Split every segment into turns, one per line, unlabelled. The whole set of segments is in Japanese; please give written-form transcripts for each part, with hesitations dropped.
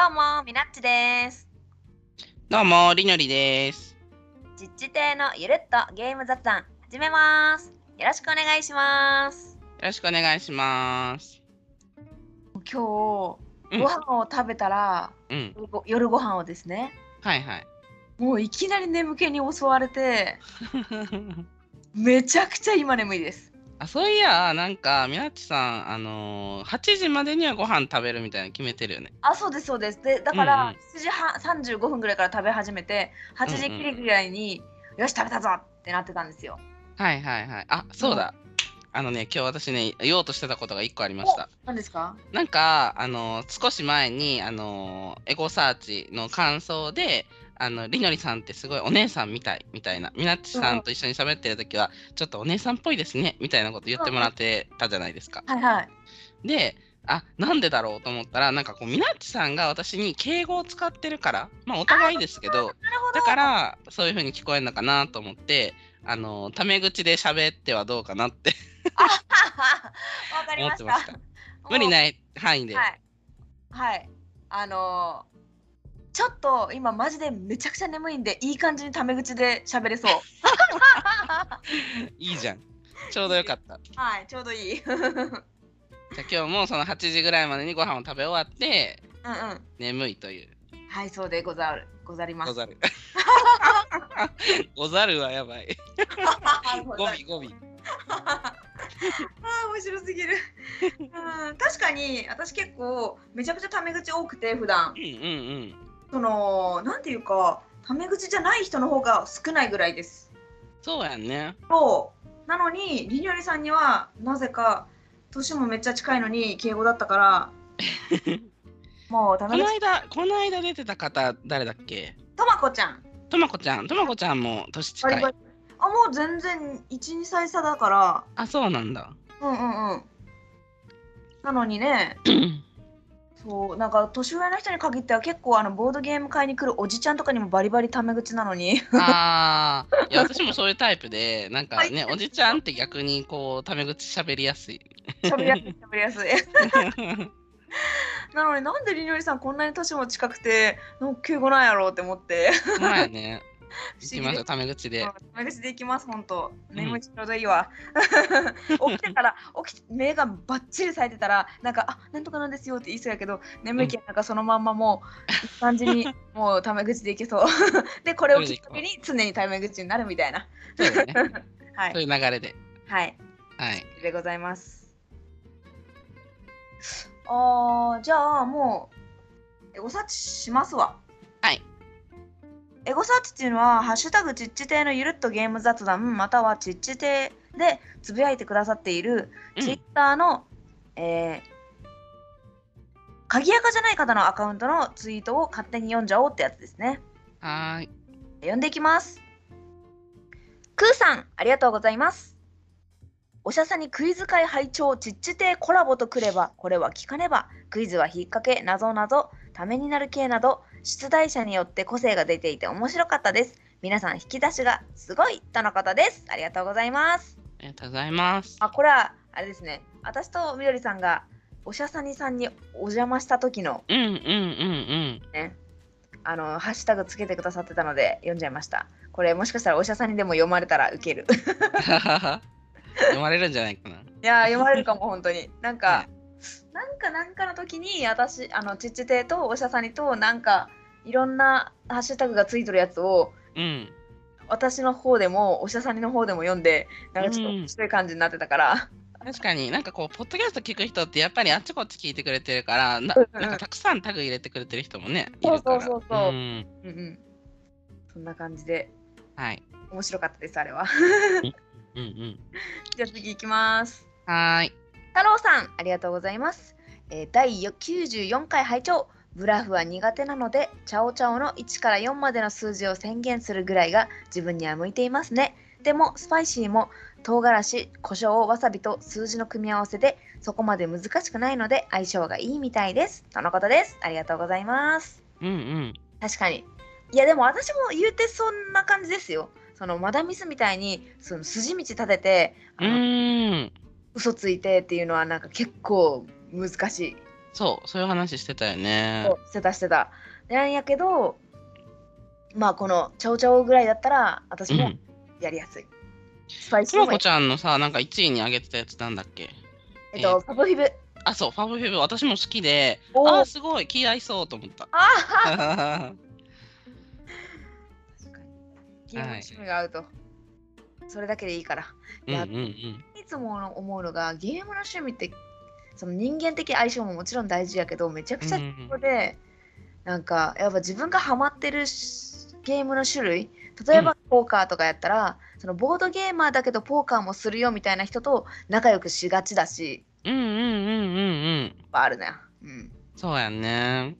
どうも、みなっちです。
どうも、りのりです。
ちっち亭のゆるっとゲーム雑談始めます。よろしくお願いします。
よろしくお願いします。
今日、ご
うん、
飯を食べたら、
うん。
夜ご飯をですね、
はいはい。
もういきなり眠気に襲われて、めちゃくちゃ今眠いです。
あ、そういや、なんか、みなっちさん、8時までにはご飯食べるみたいなの決めてるよね。
あ、そうです、そうです。で、だ
うんう
から
ん。
7時半、35分ぐらいから食べ始めて、8
うんうん。
時切りぐらいに、よし、食べたぞってなってたんですよ。
はいはいはい。あ、そう
も
だ。今日私ね、言おうとしてたことが1個ありまし
お、
た。
何ですか？
なんか、少し前に、エゴサーチの感想で、りのりさんってすごいお姉さんみたいみたいな、みなっち
うんうん。
さんと一緒に喋ってる時は、ちょっとお姉さんっぽいですねみたいなこと言っても
うんうん。
らってたじゃないですか。
はいはい。
で、なんでだろうと思ったら、なんかこう、みなっちさんが私に敬語を使ってるから、まあ、お
あ
互いですけど、
ー、なる
だか
ほど。
ら、そういう風に聞こえるのかなと思って、タメ口で喋ってはどうかなって
あははわかり
思っ
ました。
てました。無理
もう、
ない範囲で。
はい、はい。あのちょっと今マジでめちゃくちゃ眠いんで、いい感じにタメ口で喋れそう。
いいじゃん。ちょう
いいです。
どよかった。
はい、ちょうどいい。
じゃあ今日もその8時ぐらいまでにご飯を食べ終わって、
うんうん。
眠いという。
はい、そうでござります。
ござる。ござるはやばい。
ござる。
語尾語尾。
ああ、面白すぎる。うん、確かに私結構めちゃくちゃタメ口多くて、普段。
うんうんうん。
なんていうか、タメ口じゃない人の方が少ないぐらいです。
そうやんね。
なのに、りにょりさんにはなぜか年もめっちゃ近いのに敬語だったから、もうタメ口。
この間出てた方、誰だっけ？
とまこちゃん。
とまこちゃん。とまこちゃんも年近い。
バリバリ。あ、もう全然1、2歳差だから。
あ、そうなんだ。
うんうんうん。なのにね、そう、なんか年上の人に限っては結構ボードゲーム買いに来るおじちゃんとかにもバリバリタメ口なのに。
いや、私もそういうタイプで、なん
はい。
かね、おじちゃんって逆にこう、タメ口喋りやすい。
喋りやすい、喋りやすい。なのになんでりにょりさんこんなに年も近くて、なんか敬語なんやろうって思って。
ほんまやね。
不思議です。
行きましょう、タメ口で。
タメ口でいきます、ほんと。
うん。
眠いしちょうどいいわ。起きてたら、目がバッチリ咲いてたら、なんか、あ、なんとかなんですよって言いそうやけど、
うん。
眠いけん、なんかそのまんまもう、いい感じに、もうタメ口でいけそう。で、これをきっかけ
それで行こう。
に常にタメ口になるみたいな。
そうだね。
はい。
そういう流れで。
はい。
はい。
でございます。じゃあ、もう、エゴサーチしますわ。
はい。
エゴサーチっていうのは、ハッシュタグちっち亭のゆるっとゲーム雑談、またはちっち亭でつぶやいてくださっている、ツイッ
うん。
ターの、鍵垢じゃない方のアカウントのツイートを勝手に読んじゃおうってやつですね。
はーい。
読んでいきます。クーさん、ありがとうございます。おしゃさにクイズ会拝聴ちっち亭コラボとくれば、これは聞かねば。クイズは引っ掛け、なぞなぞ、ためになる系など、出題者によって個性が出ていて面白かったです。皆さん引き出しがすごいとのことです。ありがとうございます。
ありがとうございます。
あ、これはあれですね。私とみどりさんがおしゃさにさんにお邪魔した時の
うんうんうん
ね、ハッシュタグつけてくださってたので読んじゃいました。これもしかしたらお医者さんにでも読まれたらウケる。
読まれるんじゃないかな。
いやー、読まれるかも本当に。
はい。
なんかの時に私ちっち亭とお医者さんにとなんかいろんなハッシュタグがついてるやつを
うん。
私の方でもお医者さんの方でも読んでなん
う
かちょっと面
ん。
白い感じになってたから。
確かになんかこう、ポッドキャスト聞く人ってやっぱりあっちこっち聞いてくれてるから、なんか
うんうん。
たくさんタグ入れてくれてる人もね、い
そうそう
るから。
そうそ
うん。
う。うんうん。そんな感じで
はい。
面白かったですあれは。
うんうんうん。
じゃあ次行きます。
はーい。
太郎さん、ありがとうございます。第94回拝聴。ブラフは苦手なので、チャオチャオの1から4までの数字を宣言するぐらいが自分には向いていますね。でも、スパイシーも唐辛子、胡椒、わさびと数字の組み合わせで、そこまで難しくないので相性がいいみたいです。とのことです。ありがとうございます。
うんうん。
確かに。いや、でも私も言うてそんな感じですよ。マダミスみたいに、筋道立てて、
うーん。
嘘ついてっていうのはなんか結構難しい。
そういう話してたよね。
そうしてた。なんやけど、まあこのチャオチャオぐらいだったら私もやりやすい。スパイ
く
シーも
まこちゃんのさ、なんか1位に上げてたやつなんだっけ？
ファブフィブ。
そう、ファブフィブ、私も好きで、すごい、気合いそうと思った。
確かに。ゲームの趣味が合うと、それだけでいいから。いつも思うのが、ゲームの趣味って、その人間的相性ももちろん大事やけど、めちゃくちゃ重要で、なんか、やっぱ自分がハマってるゲームの種類、例えばポーカーとかやったら、そのボードゲーマーだけどポーカーもするよみたいな人と仲良くしがちだし、あるな。
そうやね。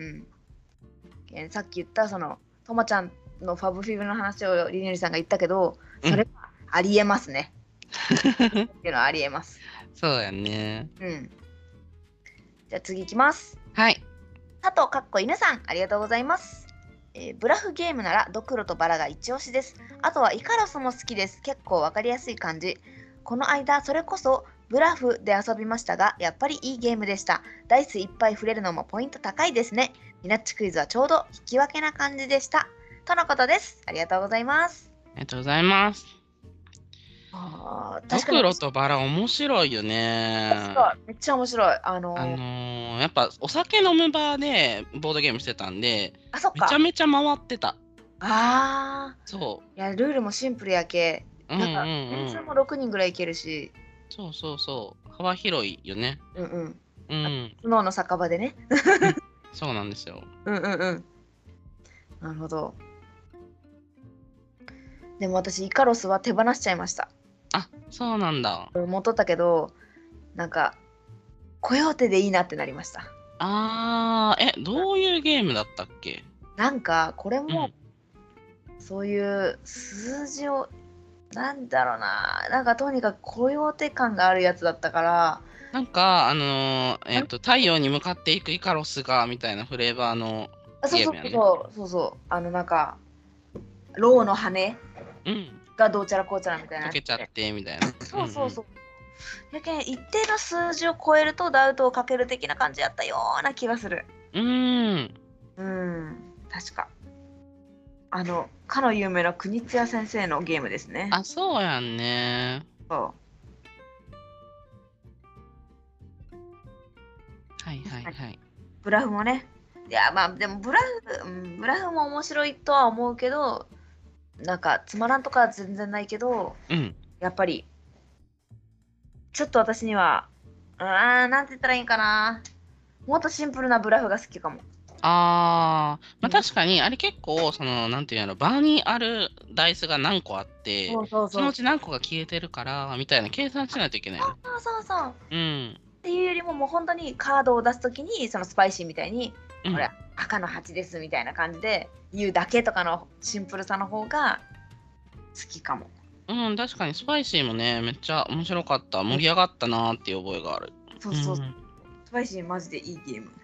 さっき言ったそのともちゃんのファブフィブの話をりねりさんが言ったけど、それはありえますね。っていうのはありえます。
そうやね。
じゃあ次いきます。
はい。
佐藤かっこ犬さん、ありがとうございます。ブラフゲームならドクロとバラが一押しです。あとはイカロスも好きです。結構わかりやすい感じ。この間それこそブラフで遊びましたが、やっぱりいいゲームでした。ダイスいっぱい触れるのもポイント高いですね。ニナッチクイズはちょうど引き分けな感じでした。とのことです。ありがとうございます。
ありがとうございます。ドクロとバラ面白いよね。
めっちゃ面白い。
やっぱお酒飲むバーでボードゲームしてたんで、めちゃめちゃ回ってた。そう。
いや、ルールもシンプルやけ。なんか、人数も6人ぐらいいけるし。
そう。幅広いよね。
脳の酒場でね。
そうなんですよ。
なるほど。でも私、イカロスは手放しちゃいました。
そうなんだ。
持っとったけど、なんか、コヨーテでいいなってなりました。
どういうゲームだったっけ？
なんか、これも、そういう数字を、なんだろうな、なんかとにかくコヨーテ感があるやつだったから、
なんか、太陽に向かっていくイカロスがみたいなフレーバーのゲームやね。
そうなんか、ローの羽がどうちゃらこうちゃらみたいな。
溶けちゃってみたいな。
そう。やけん一定の数字を超えるとダウトをかける的な感じやったような気がする。確か。かの有名な国津屋先生のゲームですね。
そうやんね。
そう。
はい。
ブラフもね。いや、まあでもブラフも面白いとは思うけど、なんかつまらんとかは全然ないけど、やっぱりちょっと私にはなんて言ったらいいんかな、もっとシンプルなブラフが好きかも。
確かにあれ結構そのなんていうの、場にあるダイスが何個あって、そのうち何個が消えてるからみたいな計算しないといけない。
そうっていうよりも、もう本当にカードを出すときにそのスパイシーみたいに、これ赤の8ですみたいな感じで言うだけとかのシンプルさの方が好きかも。
確かにスパイシーもね、めっちゃ面白かった。盛り上がったなーっていう覚えがある。
そう。スパイシーマジでいいゲーム。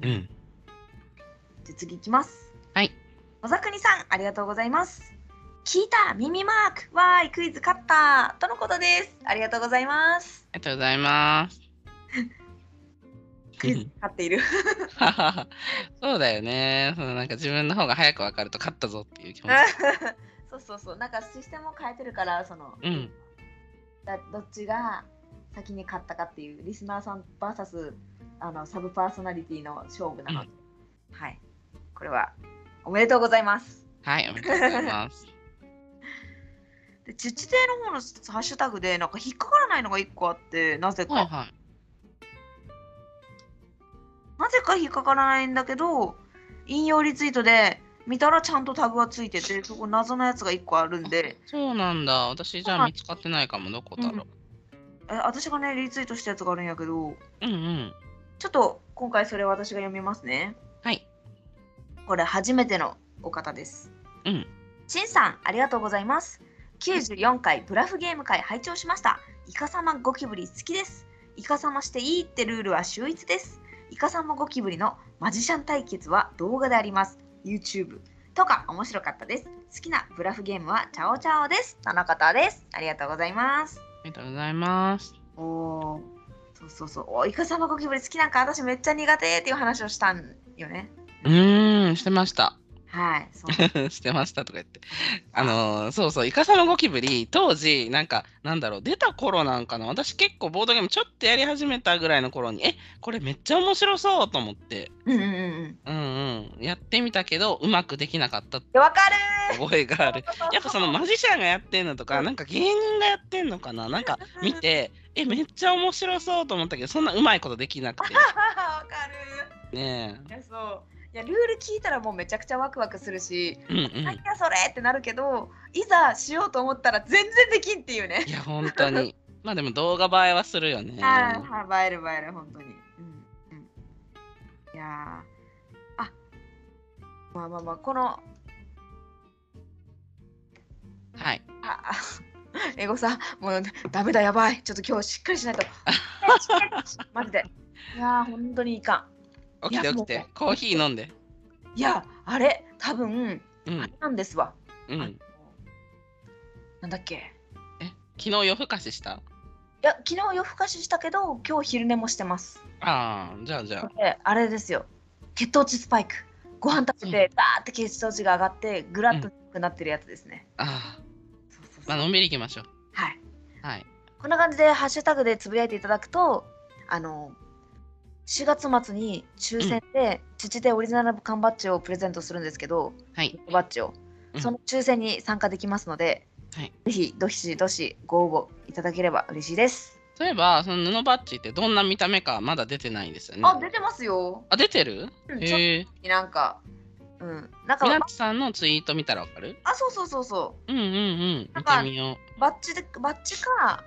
じゃ次いきます。
はい。
野沢国さん、ありがとうございます。聞いた耳マークわーい、クイズ勝ったとのことです。ありがとうございます。
ありがとうございます。
クイズ勝っている。
そうだよね。なんか自分の方が早く分かると勝ったぞっていう気持ち。
そう。なんかシステムを変えてるから、その、どっちが先に勝ったかっていうリスナーさん VS サブパーソナリティの勝負なので、はい。これはおめでとうございます。
はい、おめでとうございます。
で、チッチ亭の方のハッシュタグでなんか引っかからないのが1個あって、なぜか。なぜか引っかからないんだけど、引用リツイートで見たらちゃんとタグがついてて、そこ謎のやつが1個あるんで。
そうなんだ。私じゃあ見つかってないかも。どこだろう。
私がね、リツイートしたやつがあるんやけど、
ち
ょっと今回それ私が読みますね。
はい。
これ初めてのお方です。しんさん、ありがとうございます。94回ブラフゲーム会拝聴しました。イカ様ゴキブリ好きです。イカ様していいってルールは秀逸です。イカ様ゴキブリのマジシャン対決は動画であります。YouTube とか面白かったです。好きなブラフゲームはチャオチャオです。とのことです。ありがとうございます。
ありがとうございます。
そうそうそう。おイカサマゴキブリ好きなんか私めっちゃ苦手っていう話をしたんよね。
してました。
はい。そう
してましたとか言って。そうそう、イカサマゴキブリ、当時、なんだろう、出た頃なんかな、私結構ボードゲームちょっとやり始めたぐらいの頃に、これめっちゃ面白そうと思って、やってみたけど、うまくできなかったって
わかる
覚えがある。やっぱそのマジシャンがやってんのとか、なんか芸人がやってんのかな、なんか見て、めっちゃ面白そうと思ったけど、そんなうまいことできなくて。
わかる。
ねえ。
いやそういやルール聞いたらもうめちゃくちゃワクワクするし、
何
やそれってなるけど、いざしようと思ったら全然できんっていうね。
いや、本当に。まあでも動画映えはするよね。
映える映える、本当に。いやまあ、この、
はい。
エゴさん、もうダメだ、やばい。ちょっと今日しっかりしないと。マジで。いや本当にいかん。
起きて、コーヒー飲んで。
いや、あれ、多分、あれなんですわ。なんだっけ。
昨日夜更かしした？
いや、昨日夜更かししたけど、今日昼寝もしてます。
じゃあ。
あれですよ。血糖値スパイク。ご飯食べて、バーって血糖値が上がって、ぐらっと低くなってるやつですね。
まあ、のんびりいきましょう。
はい。こんな感じで、ハッシュタグでつぶやいていただくと、4月末に抽選で、父でオリジナル缶バッジをプレゼントするんですけど、バッジを。その抽選に参加できますので、ぜひどしどしご応募いただければ嬉しいです。
そういえば、その布バッジってどんな見た目かまだ出てないですよね。
出てますよ。
出てる？
へえ。なんか
みなっちさんのツイート見たらわかる？
そう。
見てみよう。
バッジか、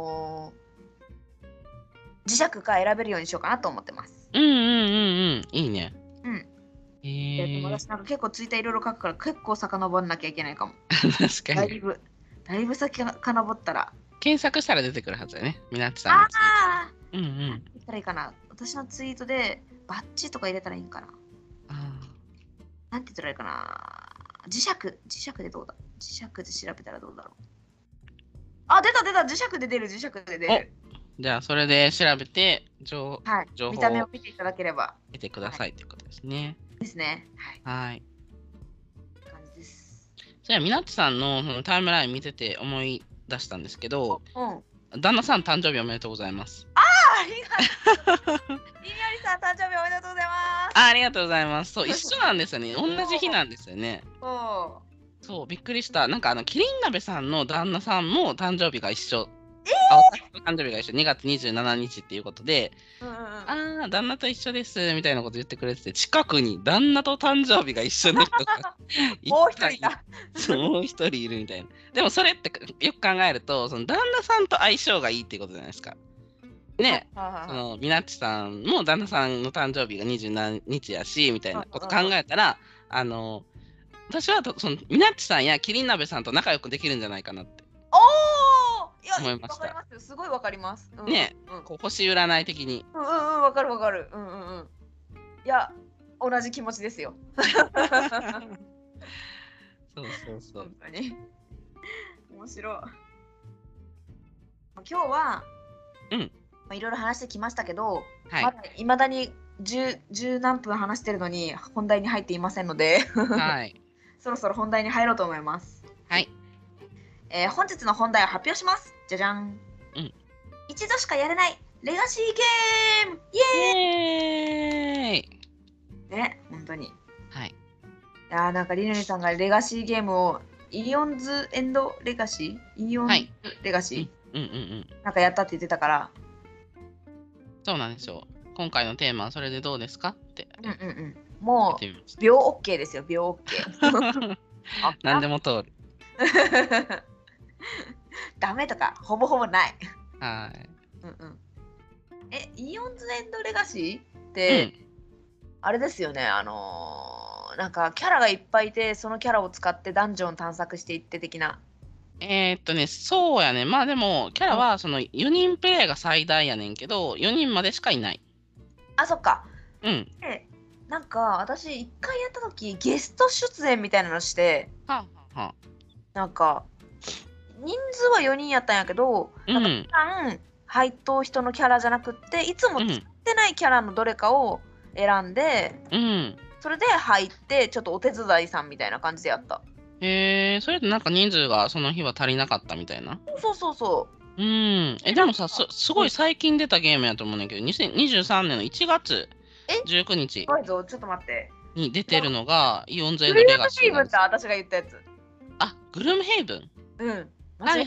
磁石か選べるようにしようかなと思ってます。
いいね。
私なんか結構ツイッターいろいろ書くから結構遡んなきゃいけないかも。
確かに。
だいぶ先遡ったら。
検索したら出てくるはずだよね。みなっちさんのツイート。
言ったらいいかな。私のツイートでバッジとか入れたらいいんかな。なんて言ったらいいかな。磁石でどうだ？磁石で調べたらどうだろう。出た磁石で出る。
じゃあそれで調べて情報
見た目を見ていただければ
見てくださいということですね。はい。
感じです。
じゃあみなっちさんのタイムライン見てて思い出したんですけど、旦那さん誕生日おめでとうございます。
ありがとう。りりさん誕生日おめでとうございます。
ありがとうございます。そう、一緒なんですよね。同じ日なんですよね。そう、びっくりした。なんかキリン鍋さんの旦那さんも誕生日が一緒。私の誕生日が一緒、2月27日っていうことで、旦那と一緒ですみたいなこと言ってくれてて、近くに旦那と誕生日が一緒の人が
もう一人だ。
もう一人いるみたいな。でもそれってよく考えると、その旦那さんと相性がいいってことじゃないですか。ね、みなっちさんも旦那さんの誕生日が27日やしみたいなこと考えたら、私はそのみなっちさんやキリン鍋さんと仲良くできるんじゃないかなって思いました。
すごいわかります。
ね、星占い的に。
わかる。いや、同じ気持ちですよ。
そう。
本当に面白い。今日はいろいろ話してきましたけど、まだいまだに10何分話してるのに本題に入っていませんので、そろそろ本題に入ろうと思います。本日の本題を発表します。じゃじゃん。一度しかやれないレガシーゲーム、イエーイね、本当に。いやなんかりのりさんがレガシーゲームをイオンズエンドレガシーなんかやったって言ってたから。
そうなんですよ。今回のテーマはそれでどうですかって。
もう秒 OK ですよ、秒 OK。
何でも通る。
ダメとかほぼほぼない。イオンズエンドレガシーって、あれですよね、なんかキャラがいっぱいいて、そのキャラを使ってダンジョン探索していって的な。
そうやね。まあでもキャラはその4人プレイが最大やねんけど、4人までしかいない。
そっか。なんか私1回やった時ゲスト出演みたいなのして、なんか人数は4人やったんやけど、なんか配当人のキャラじゃなくって、いつも使ってないキャラのどれかを選んで、それで入ってちょっとお手伝いさんみたいな感じでやった。
へえ、それでなんか人数がその日は足りなかったみたいな。
そう。
でもさ、すごい最近出たゲームやと思うねんけど、2023年の1月19日
ちょっと待って。
に出てるのが、イオンズエンドレガシー。
グルームヘイブンって私が言ったやつ。
あ、グルームヘイブン。
はい 。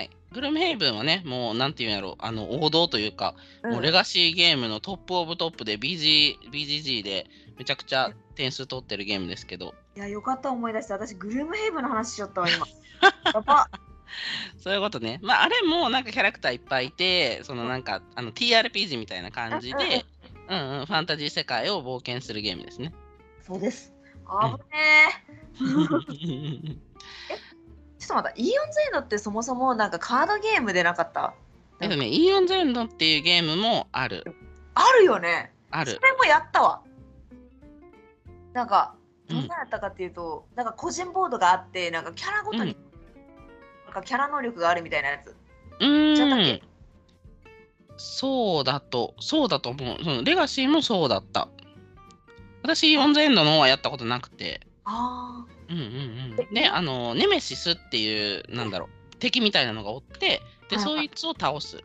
グルームヘイブンはね、もうなんていうんやろ、王道というか、もうレガシーゲームのトップオブトップで BGG でめちゃくちゃ点数取ってるゲームですけど。
いや、よかった、思い出して。私、グルームヘイブンの話しちゃったわ、今。やば。
そういうことね。まあ、あれもなんかキャラクターいっぱいいて、そのなんかTRPG みたいな感じで、ファンタジー世界を冒険するゲームですね。
そうです。あぶねちょっと待った、イオンズエンドってそもそもなんかカードゲームでなかった？
イオンズエンドっていうゲームもある。
あるよね。
ある。
それもやったわ。なんか、どんなやったかっていうと、なんか個人ボードがあって、なんかキャラごとに、なんかキャラ能力があるみたいなやつ。
そうだと思う。そのレガシーもそうだった。私、イオンズエンドの方はやったことなくて。で、ネメシスっていう、なんだろう、敵みたいなのがおって、で、そいつを倒す。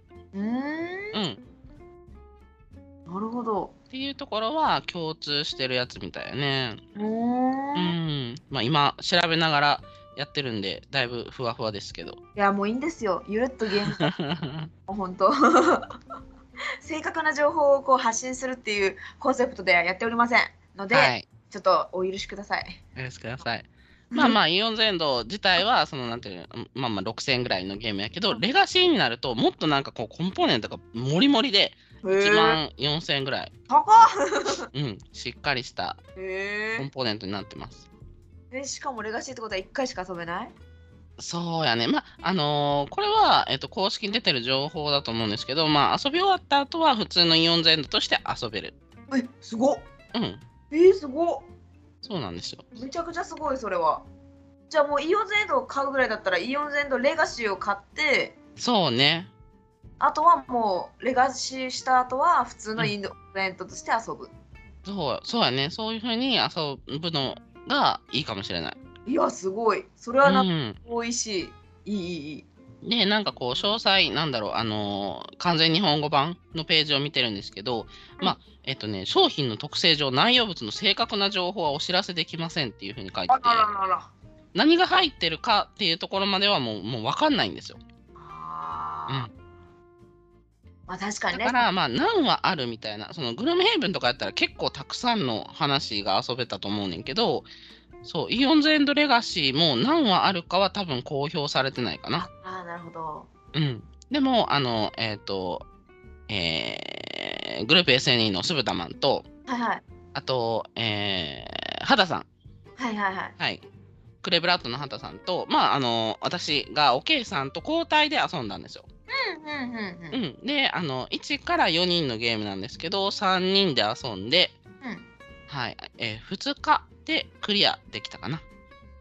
なるほど。
っていうところは共通してるやつみたいよね。まあ今調べながらやってるんでだいぶふわふわですけど。
いやもういいんですよ。ゆるっとゲーム本当正確な情報をこう発信するっていうコンセプトではやっておりませんので、ちょっとお許しください。
お許しください。まあイオンズエンド自体はそのなんていうまあ6000円ぐらいのゲームやけど、レガシーになるともっとなんかこうコンポーネントがもりもりで1万4000円ぐらい。
高
っしっかりしたコンポーネントになってます。
しかもレガシーってことは1回しか遊べない？
そうやね。まあこれは、公式に出てる情報だと思うんですけど、まあ遊び終わった後は普通のイオンズエンドとして遊べる。
すごっ。すごっ。
そうなんですよ。
めちゃくちゃすごい、それは。じゃあもうイオンズエンドを買うぐらいだったらイオンズエンドレガシーを買って、
そうね。
あとはもうレガシーした後は普通のインドエンドとして遊ぶ。
そうやね。そういう風に遊ぶのがいいかもしれない。
いや、すごい。それはなんか美味しい。いい。
で、なんかこう、詳細、なんだろう、完全日本語版のページを見てるんですけど、まあ、商品の特性上、内容物の正確な情報はお知らせできませんっていう風に書いてて、何が入ってるかっていうところまではもう分かんないんですよ。
まあ確かにね。
だからまあ何はあるみたいな、そのグルメヘイブンとかやったら結構たくさんの話が遊べたと思うねんけど、そう、イオンズエンドレガシーも何話あるかは多分公表されてないかな。
なるほど。
でも、グループ SNE のスブタマンと、あと、肌さん。クレブラッドの肌さんと、まあ、私がおけいさんと交代で遊んだんですよ。で、1から4人のゲームなんですけど、3人で遊んで、2日でクリアできたかな。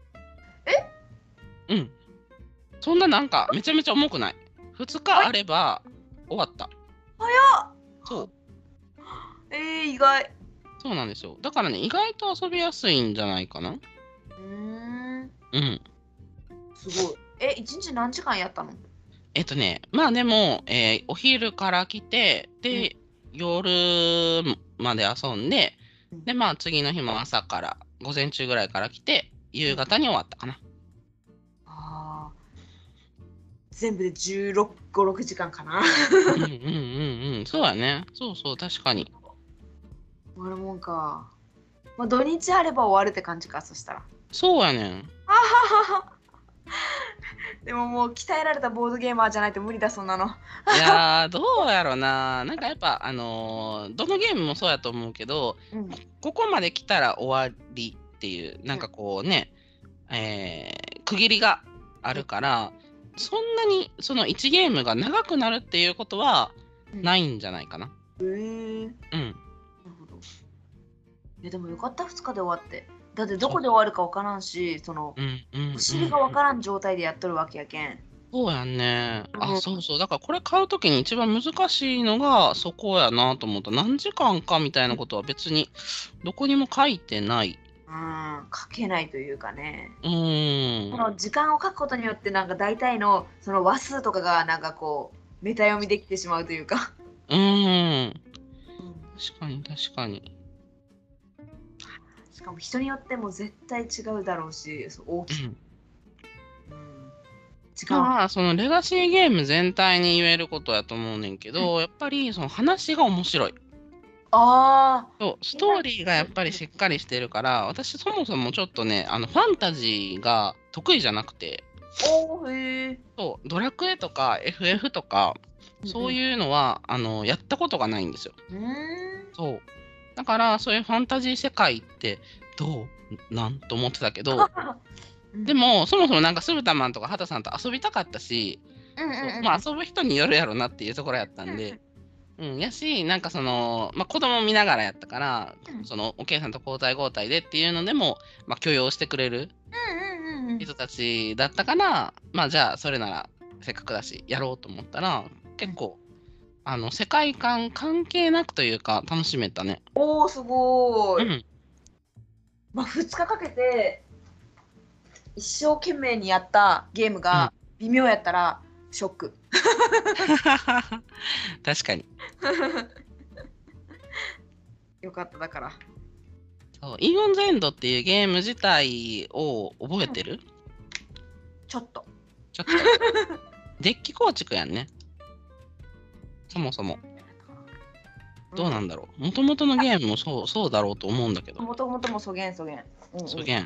そんななんかめちゃめちゃ重くない。2日あれば終わった。
早っ。
そう。
意外。
そうなんですよ。だからね、意外と遊びやすいんじゃないかな。
すごい。1日何時間やったの？
まあでも、お昼から来て、で、夜まで遊んで、で、まあ次の日も朝から、午前中ぐらいから来て、夕方に終わったかな。
全部で15、6時間かな。
そうやね。そう、確かに。
終わるもんか。まあ土日あれば終わるって感じか、そしたら。
そうやねん。
でももう鍛えられたボードゲーマーじゃないと無理だ、そんなの。
いやー、どうやろな。なんかやっぱ、どのゲームもそうやと思うけど、ここまで来たら終わりっていう、なんかこうね、区切りがあるから、そんなにその1ゲームが長くなるっていうことはないんじゃないかな。なる
ほど。でもよかった、2日で終わって。だってどこで終わるか分からんし、そのお尻が分からん状態でやっとるわけやけん。
そうやんね。あ、
うん、
そうそう。だからこれ買うときに一番難しいのがそこやなと思った。何時間かみたいなことは別にどこにも書いてない。
書けないというかね。
うーん。
この時間を書くことによってなんか大体のその話数とかがなんかこうメタ読みできてしまうというか。
うーん。
うん、
確かに確かに。
しかも人によっても絶対違うだろうし、そう大きく、
うん。
うん、時間は。
まあ、そのレガシーゲーム全体に言えることやと思うねんけ
うん、
ど、やっぱりその話が面白い。
ああ、
そう、ストーリーがやっぱりしっかりしてるから、私そもそもちょっとね、ファンタジーが得意じゃなくて、
おー、へえ。
そう、ドラクエとか FF とか、そういうのは、やったことがないんですよ。
うんうん。
そう。だから、そういうファンタジー世界ってどうなんと思ってたけど、でも、そもそもなんかスルタマンとかハタさんと遊びたかったし、そう、まあ遊ぶ人によるやろなっていうところやったんで、やし、なんかその、まあ子供見ながらやったから、そのお母さんと交代交代でっていうのでも、まあ許容してくれる人たちだったから、まあじゃあそれならせっかくだし、やろうと思ったら、結構、世界観関係なくというか、楽しめたね。
おー、すごい。
うん。
まあ、2日かけて一生懸命にやったゲーム
うん。
が微妙やったらショック。
確かに。
よかっただから。
そう、イーオンズエンドっていうゲーム自体を覚えてる？
ちょっと。
ちょっと。デッキ構築やんね。そもそも。どうなんだろう。もともとのゲームもそうだろうと思うんだけど。
もともともそげんそげん。
そげん。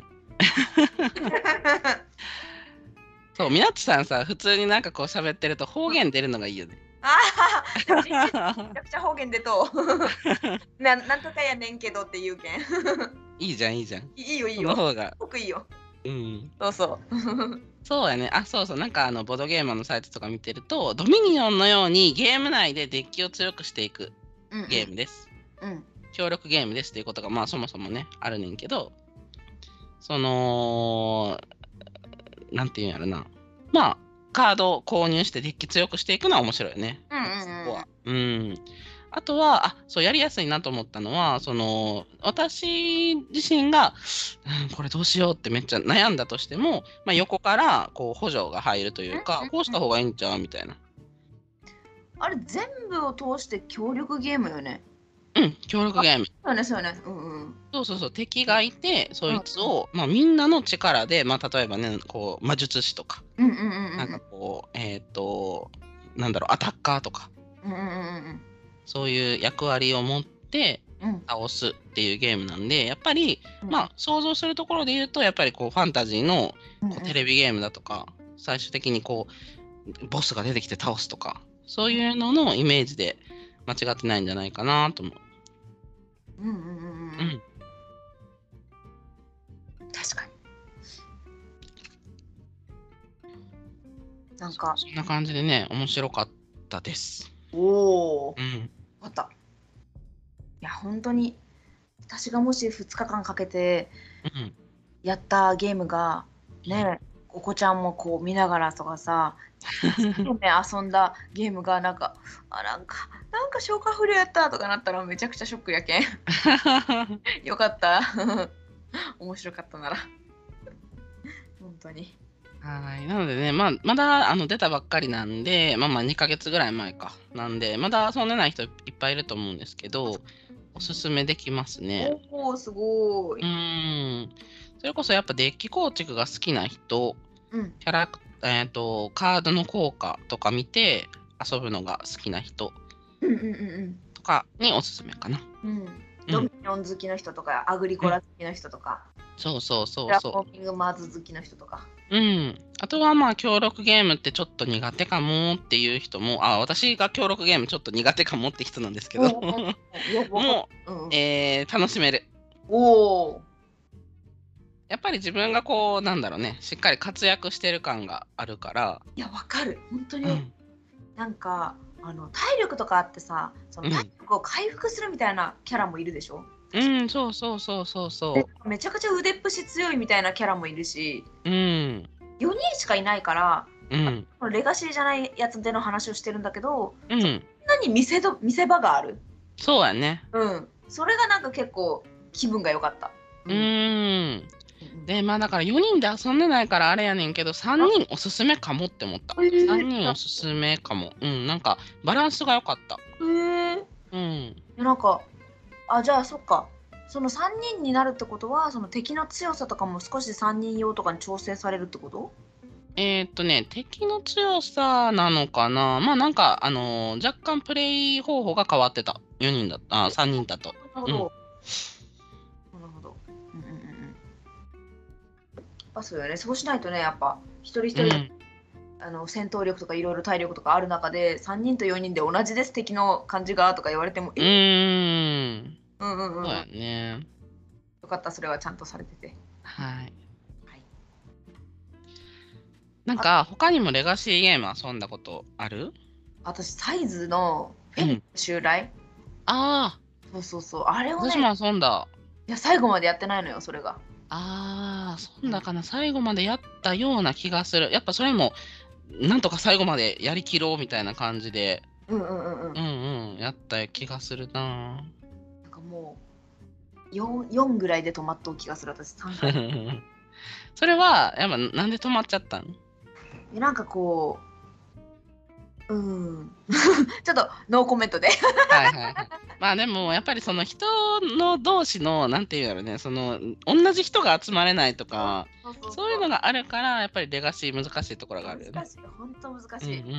そう、みなっちさんさ、普通になんかこう喋ってると方言出るのがいいよね。
ああ、めちゃくちゃ方言出となんとかやねんけどって言うけん。
いいじゃん、いいじゃん。そ
いいよいいよ。
の方が。
すごくいいよ。
うん。
そうそう。
そうやね。あ、そうそう。なんかボードゲーマーのサイトとか見てると、ドミニオンのようにゲーム内でデッキを強くしていくゲームです。
うん。
協力ゲームですっていうことが、まあそもそもね、あるねんけど、その、なんていうんやろな。まあ、カードを購入してデッキ強くしていくのは面白いよね。そこは。うん。あとは、そう、やりやすいなと思ったのは、私自身が、これどうしようってめっちゃ悩んだとしても、まあ、横からこう補助が入るというか、こうした方がいいんちゃうみたいな。
あれ全部を通して協力ゲームよね。
うん、協力ゲーム。
そうね、そうね。うんうん。
そうそうそう、敵がいて、そいつを、まあ、みんなの力で、まあ、例えばね、こう、魔術師とか、なんかこう、なんだろう、アタッカーとか、そういう役割を持って倒すっていうゲームなんで、やっぱり、まあ、想像するところで言うと、やっぱりこう、ファンタジーのこうテレビゲームだとか、最終的にこう、ボスが出てきて倒すとか、そういうののイメージで間違ってないんじゃないかなと思う。うん。
確かに。なんか。
そんな感じでね、面白かったです。
おお。
うん。
あった。いや、本当に、私がもし2日間かけてやったゲームが、ね、お子ちゃんもこう見ながらとかさ、遊んだゲームがなんか消化不良やったとかなったらめちゃくちゃショックやけん。よかった。面白かったなら。本当に。
はい。なのでね、まだ出たばっかりなんで、まあ2ヶ月ぐらい前か。なんで、まだ遊んでない人いっぱいいると思うんですけど、おすすめできますね。
おお、すごい。
それこそやっぱデッキ構築が好きな人、カードの効果とか見て遊ぶのが好きな人とかにおすすめかな。
ドミニオン好きの人とか、アグリコラ好きの人とか、
そうそうそう
ラフォーミングマーズ好きの人とか。
あとはまあ協力ゲームってちょっと苦手かもっていう人も、私が協力ゲームちょっと苦手かもって人なんですけどもう、楽しめる。やっぱり自分がこうなんだろうね、しっかり活躍してる感があるから。
いや、わかる。本当に、なんか体力とかあってさ、その体力を回復するみたいなキャラもいるでしょ。
そう。
めちゃくちゃ腕っぷし強いみたいなキャラもいるし、
4
人しかいないから、
うん。
レガシーじゃないやつでの話をしてるんだけど、
うん。
そんなに見せ場がある。
そうやね。
うん。それがなんか結構気分が良かった。
で、まあだから4人で遊んでないからあれやねんけど、3人おすすめかもって思った。3人おすすめかも。なんかバランスが良かった。
なんか、じゃあそっか。その3人になるってことは、その敵の強さとかも少し3人用とかに調整されるってこと？
敵の強さなのかな。まあなんか、若干プレイ方法が変わってた。4人だった。3人だと。
なるほど。なるほど。そうよね。そうしないとね、やっぱ一人一人、戦闘力とかいろいろ体力とかある中で3人と4人で同じです敵の感じがとか言われても
そうやね。
よかった、それはちゃんとされてて。
はい。なんか他にもレガシーゲーム遊んだことある？
私サイズのフェニック襲来。そうあれをね、
私も遊んだ。
いや最後までやってないのよ、それが。
そんだかな、最後までやったような気がする。やっぱそれもなんとか最後までやりきろうみたいな感じでやった気がするな。
なんかもう4ぐらいで止まった気がする、私3回。
それはやっぱなんで止まっちゃったの？
なんかこうちょっとノーコメントで。
まあでもやっぱりその人の同士のなんていうやろね、その同じ人が集まれないとか、そういうのがあるからやっぱりレガシー難しいところがあるよね。
難しい、本当難しい。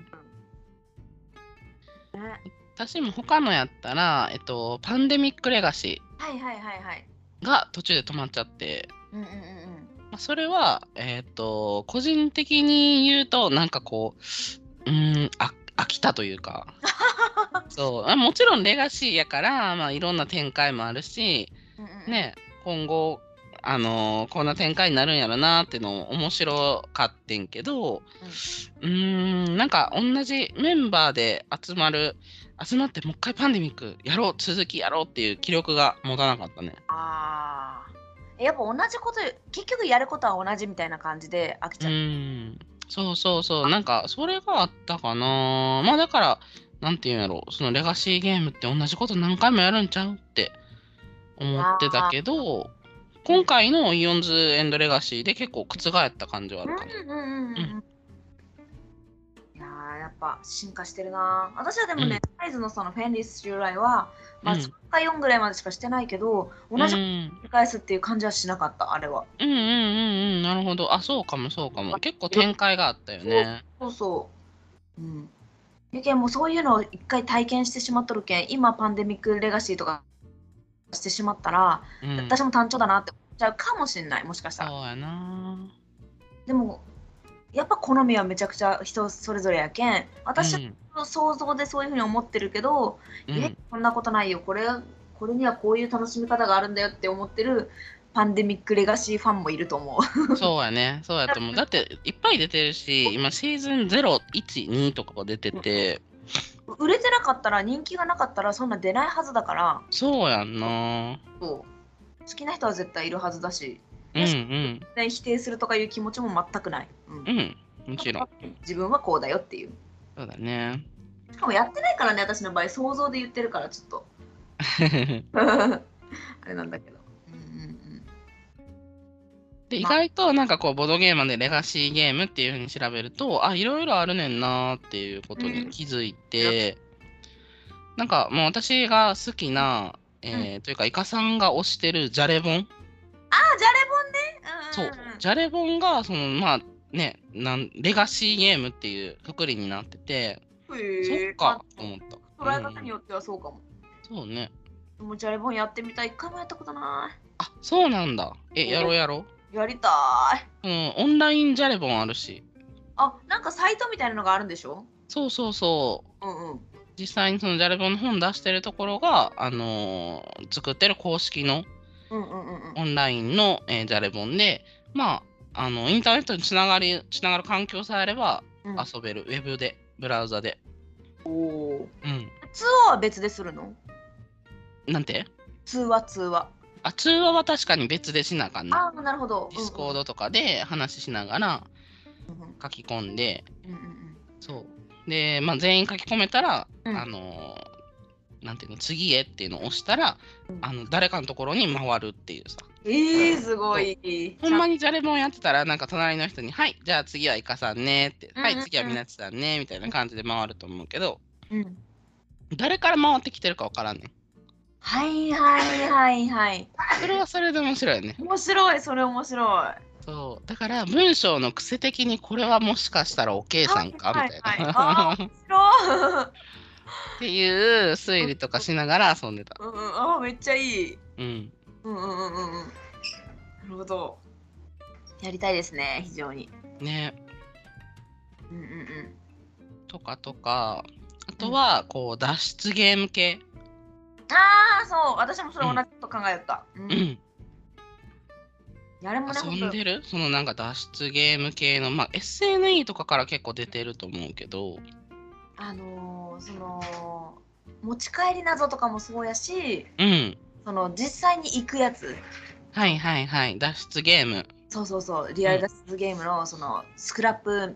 私も他のやったらパンデミックレガシーが途中で止まっちゃって、それは個人的に言うとなんかこう飽きたというかそうもちろんレガシーやから、まあ、いろんな展開もあるし、ね、今後こんな展開になるんやろなっていうの面白かってんけど、なんか同じメンバーで集まってもう一回パンデミックやろう、続きやろうっていう気力が持たなかったね。
やっぱ同じこと結局やることは同じみたいな感じで飽きちゃう。
そうなんかそれがあったかな。まあだからなんていうんやろ、そのレガシーゲームって同じこと何回もやるんちゃうって思ってたけど、今回のイオンズエンドレガシーで結構覆った感じはあるかな。
やっぱ進化してるな。私はでもね、サイズのそのフェンリス襲来は、まあ、3か4ぐらいまでしかしてないけど、同じ繰り返すっていう感じはしなかった、あれは。
なるほど。そうかも。結構展開があったよね。
そう。やけんもうそういうのを一回体験してしまっとるけん、今パンデミックレガシーとかしてしまったら、私も単調だなって思っちゃうかもしれない、もしかしたら。
そうやな。
でもやっぱ好みはめちゃくちゃ人それぞれやけん、私の想像でそういうふうに思ってるけど、こんなことないよ、これにはこういう楽しみ方があるんだよって思ってるパンデミックレガシーファンもいると思う。
そうやね、そうやと思う。だっていっぱい出てるし、今シーズン0、1、2とかが出てて、
売れてなかったら、人気がなかったらそんな出ないはずだから。
そうやんな。
好きな人は絶対いるはずだし、否定するとかいう気持ちも全くない。
もちろん。
自分はこうだよっていう。
そうだね。
しかもやってないからね、私の場合、想像で言ってるからちょっと。あれなんだけど。
で意外となんかこうボードゲームでレガシーゲームっていうふうに調べると、いろいろあるねんなっていうことに気づいて、なんかもう私が好きな、というかイカさんが推してるジャレボン。
ジャレボンね。
そう、ジャレボンがそのまあね、レガシーゲームっていうくくりになってて、そっかと思った。
捉え方によってはそうかも。
そうね。
もうジャレボンやってみたい。一回もやったことない。
そうなんだ。やろう。
やりた
い。オンラインジャレボンあるし。
なんかサイトみたいなのがあるんでしょ？
そう。実際にそのジャレボンの本出してるところが、作ってる公式のオンラインの、ジャレボンで、まあ、インターネットにつながる環境さえあれば遊べる、ウェブで、ブラウザで。
通話は別でするの？
なんて？
通話。
通話は確かに別でしなあかんね。
なるほど。
ディスコードとかで話しながら書き込んで、
うんうん
そうで、まあ、全員書き込めたら、
うん
なんていうの、次へっていうのを押したら、誰かのところに回るっていうさ。
すごい。
ほんまにじゃれもんやってたら、なんか隣の人に、はい、じゃあ次はイカさんねって、はい、次はみなちさんねみたいな感じで回ると思うけど、誰から回ってきてるかわからんねん。
はいはいはいはい。
それはそれで面白いよね。
面白い、それ面白い。
そうだから文章の癖的にこれはもしかしたらおけいさんかみたいな。
面白い。
っていう推理とかしながら遊んでた。
めっちゃいい。
うん。
なるほど。やりたいですね、非常に。
ね。とか、あとはこう脱出ゲーム系。
そう、私もそれ同じこと考えた。
遊んでるそのなんか脱出ゲーム系の、まあ SNE とかから結構出てると思うけど、
その持ち帰り謎とかもそうやし、その実際に行くやつ。
はいはいはい、脱出ゲーム。
そう、リアル脱出ゲームのそのスクラップ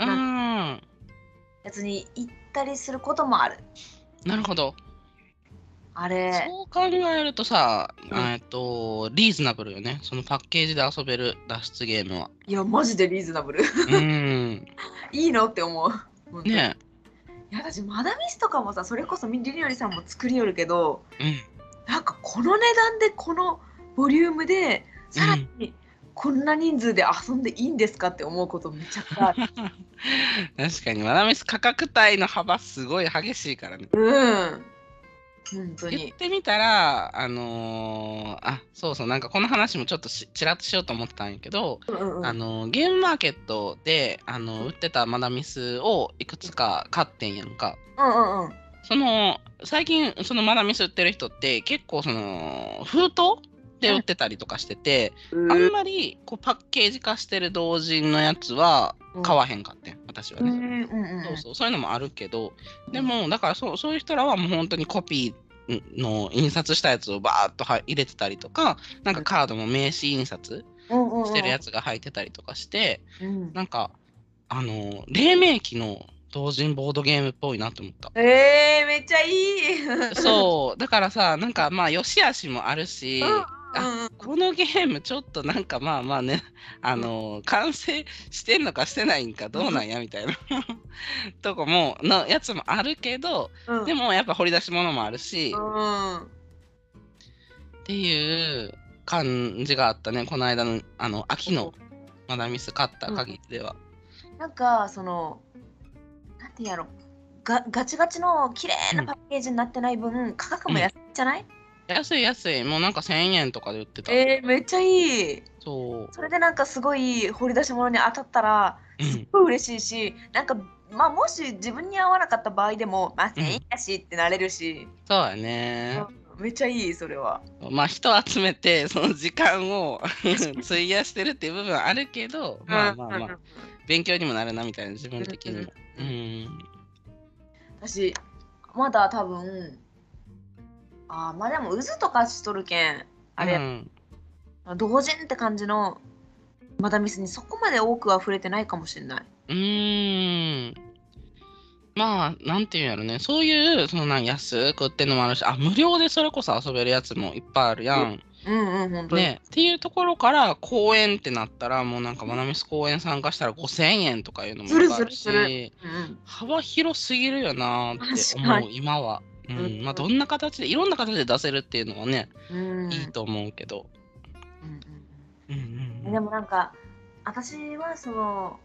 やつに行ったりすることもある。
なるほど。
あれ
そう考えるとさ、リーズナブルよね。そのパッケージで遊べる脱出ゲームは。
いや、マジでリーズナブル。いいのって思う。ね。いや、私マダミスとかもさ、それこそりのりさんも作りよるけど、なんかこの値段でこのボリュームでさらにこんな人数で遊んでいいんですかって思うことめちゃくちゃある。
確かにマダミス価格帯の幅すごい激しいからね。
本当に
言ってみたらそうなんかこの話もちょっとちらっとしようと思ったんやけど、ゲームマーケットで売ってたマダミスをいくつか買ってんやんか。その最近そのマダミス売ってる人って結構その封筒で売ってたりとかしてて、あんまりこうパッケージ化してる同人のやつは買わへんかってん、私はね。そういうのもあるけど、でもだからそういう人らはもう本当にコピーの印刷したやつをバーッと入れてたりとか、なんかカードも名刺印刷してるやつが入ってたりとかして、なんか黎明期の同人ボードゲームっぽいなと思った。
めっちゃいい。
そうだからさ、なんかまあ良し悪しもあるし、このゲームちょっとなんかまあね、完成してんのかしてないんかどうなんやみたいなとこものやつもあるけど、でもやっぱ掘り出し物もあるし、っていう感じがあったね、この間の秋のマダミス買った限りでは。
なんかそのなんてやろ、ガチガチの綺麗なパッケージになってない分、価格も安いじゃない？
安い、もうなんか1000円とかで売ってた。
めっちゃいい。
そ
れでなんかすごい掘り出し物に当たったらすっごい嬉しいし、なんかまあもし自分に合わなかった場合でもまあ1000円やしってなれるし、
そうやね。
めっちゃいい、それは。
まあ人集めてその時間を費やしてるっていう部分はあるけど、まあ勉強にもなるなみたいな、自分的にも。
私まだ多分まあでも渦とかしとるけんあれ、同人って感じのマダミスにそこまで多くは触れてないかもしれない。
まあなんていうんやろね、そういうその安く売ってんのもあるし、無料でそれこそ遊べるやつもいっぱいあるやん。
本当に
ね、っていうところから公演ってなったら、もうなんかマダミス公演参加したら5000円とかいうのもあるし、幅広すぎるよなって思う今は。まあどんな形でいろんな形で出せるっていうのはね、いいと思うけど。
でもなんか私はその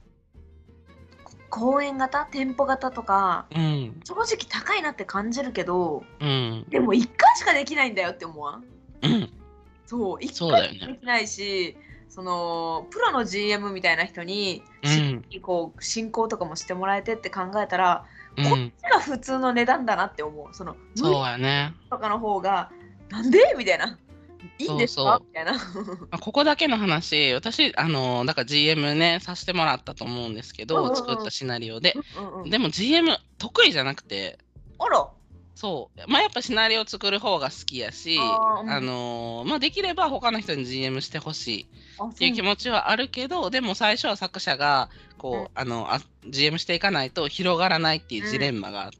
公演型店舗型とか、正直高いなって感じるけど、でも1回しかできないんだよって思わん？そう1回しかできないし、そのプロの GM みたいな人にこう進行とかもしてもらえてって考えたら、こっちが普通の値段だなって思う。その
そうやね
とかの方がなんでみたいな、いいんですかみたいな。
ここだけの話、私だから GM ねさせてもらったと思うんですけど、作ったシナリオで、でも GM 得意じゃなくて、
あら
そう。まあやっぱシナリオ作る方が好きやし、まあできれば他の人に GM してほしいっていう気持ちはあるけど、でも最初は作者がこう、GM していかないと広がらないっていうジレンマがあって、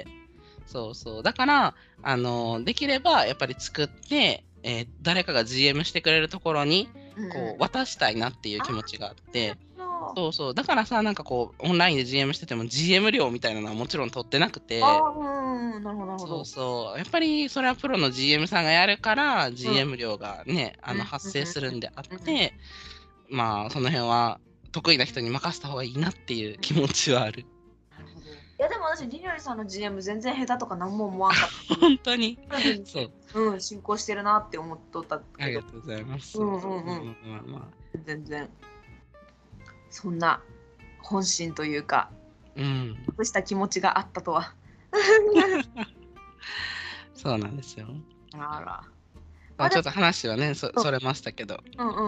そうそう。だから、できればやっぱり作って、誰かが GM してくれるところにこう渡したいなっていう気持ちがあって、そうそう。だからさ、なんかこう、オンラインで GM してても GM 料みたいなのはもちろん取ってなくて、
なるほど。
そうそう。やっぱりそれはプロの GM さんがやるから、GM 料がね、発生するんであって、まあ、その辺は得意な人に任せた方がいいなっていう気持ちはある。
いやでも私、りのりさんの GM 全然下手とか何も思わんかった。
本当に
そう。進行してるなって思っとったけど。
ありがとうございます。
全然。そんな本心というか、そうした気持ちがあったとは。
そうなんですよ。
あら。
まあ、ちょっと話はね、それましたけど。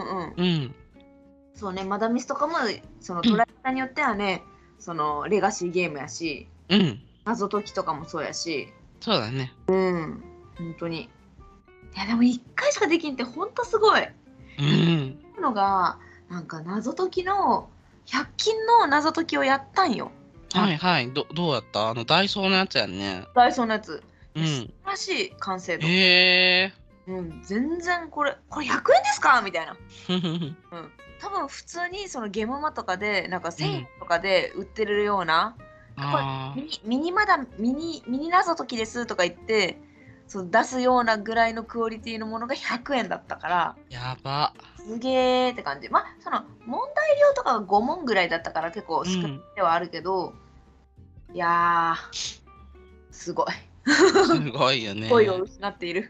そうね、マダミスとかも、その捉え方によってはね、そのレガシーゲームやし、謎解きとかもそうやし。
そうだね。
本当に。いや、でも1回しかできんって本当すごい。のが、なんか謎解きの、100均の謎解きをやったんよ。
はいはい。どうやった？ダイソーのやつやんね。
ダイソーのやつ。素晴らしい完成度。全然これ100円ですかみたいな。多分普通にそのゲームマとかでなんか1000円とかで売ってるような、ミニ謎解きですとか言って出すようなぐらいのクオリティのものが100円だったから、
やば
すげーって感じ。まあその問題量とかが5問ぐらいだったから結構少ないではあるけど、いやーすごい。
すごいよね。
声を失っている。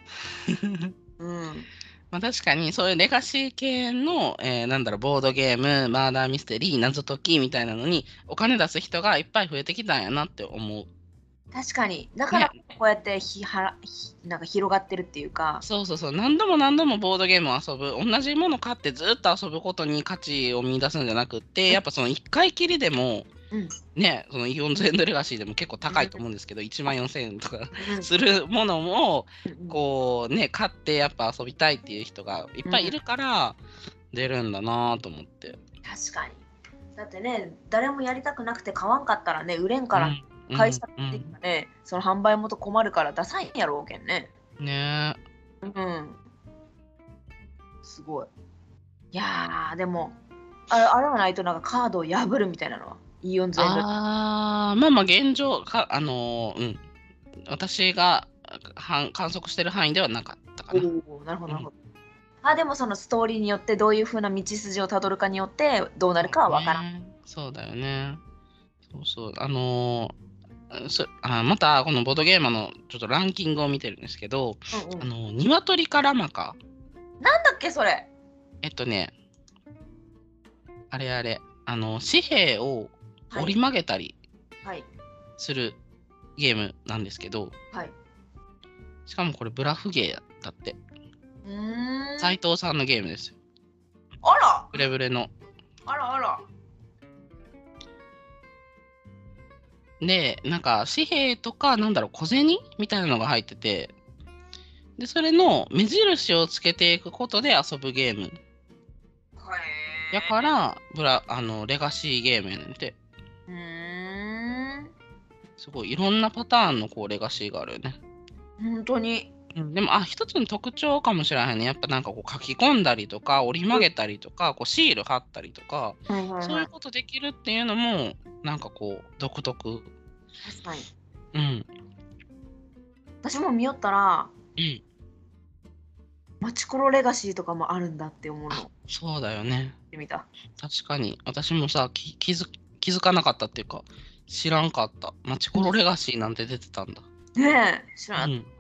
まあ、確かにそういうレガシー系の、ボードゲーム、マーダーミステリー、謎解きみたいなのにお金出す人がいっぱい増えてきたんやなって思う。
確かに。だからこうやってなんか広がってるっていうか。
そう。何度もボードゲームを遊ぶ。同じもの買ってずっと遊ぶことに価値を見出すんじゃなくって、やっぱその1回きりでも、ね、そのイオンズエンドレガシーでも結構高いと思うんですけど、14000円とかするものもこうね買ってやっぱ遊びたいっていう人がいっぱいいるから出るんだなと思って。
確かに。だってね、誰もやりたくなくて買わんかったらね、売れんから会社ってね、その販売元困るから出さんやろうけんね。
ね
すごい。いやーでもあれはないとなんかカードを破るみたいなのは。イオンズエンド。
まあ現状私が観測してる範囲ではなかったかな。
なるほど。でもそのストーリーによってどういう風な道筋をたどるかによってどうなるかは分からん。
そうだよね。そうまたこのボードゲーマーのちょっとランキングを見てるんですけど、鶏からマカ。
なんだっけそれ。
あれ紙幣を折り曲げたりするゲームなんですけど、しかもこれブラフゲーだって。斉藤さんのゲームですよ。
あら。
ブレブレの。
あら。
で、なんか紙幣とか小銭みたいなのが入ってて、でそれの目印をつけていくことで遊ぶゲーム。だからレガシーゲームやねんて。すごいいろんなパターンのレガシーがあるよね。
本当に。
でも一つの特徴かもしれないね。やっぱなんか書き込んだりとか折り曲げたりとかシール貼ったりとか、そういうことできるっていうのもなんか独特。
確かに。私も見よったら、マチコロレガシーとかもあるんだって思うの。
そうだよね。
見た。
確かに私もさ気づかなかったっていうか知らんかった。マチコロレガシーなんて出てたんだ。
ねえ、知らんかった。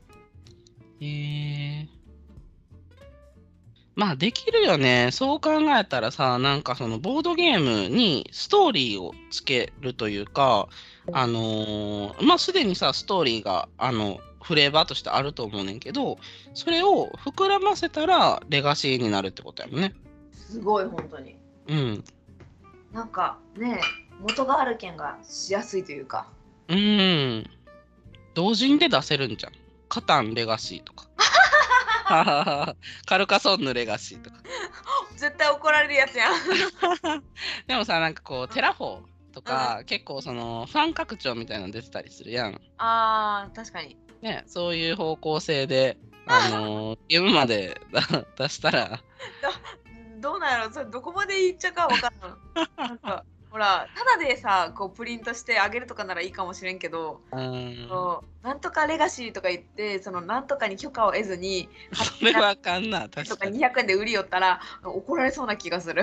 まあできるよね。そう考えたらさ、なんかそのボードゲームにストーリーをつけるというか、まあすでにさストーリーがフレーバーとしてあると思うねんけど、それを膨らませたらレガシーになるってことやもんね。
すごい本当に。なんかね、元があるけんがしやすいというか。
同時で出せるんじゃん。カタンレガシーとか。カルカソンヌレガシーとか。
絶対怒られるやつやん。
でもさ、なんかこう、テラフォーとか、結構その、ファン拡張みたいなの出てたりするやん。
あー、確かに。
ね、そういう方向性で、ゲームまで出したら。
どうなんやろ、それどこまでいっちゃうか分からん。なんかほら、ただでさ、こうプリントしてあげるとかならいいかもしれんけど、なんとかレガシーとか言って、そのなんとかに許可を得ずに、
それはあかんな、確かに。
とか200円で売りよったら怒られそうな気がする。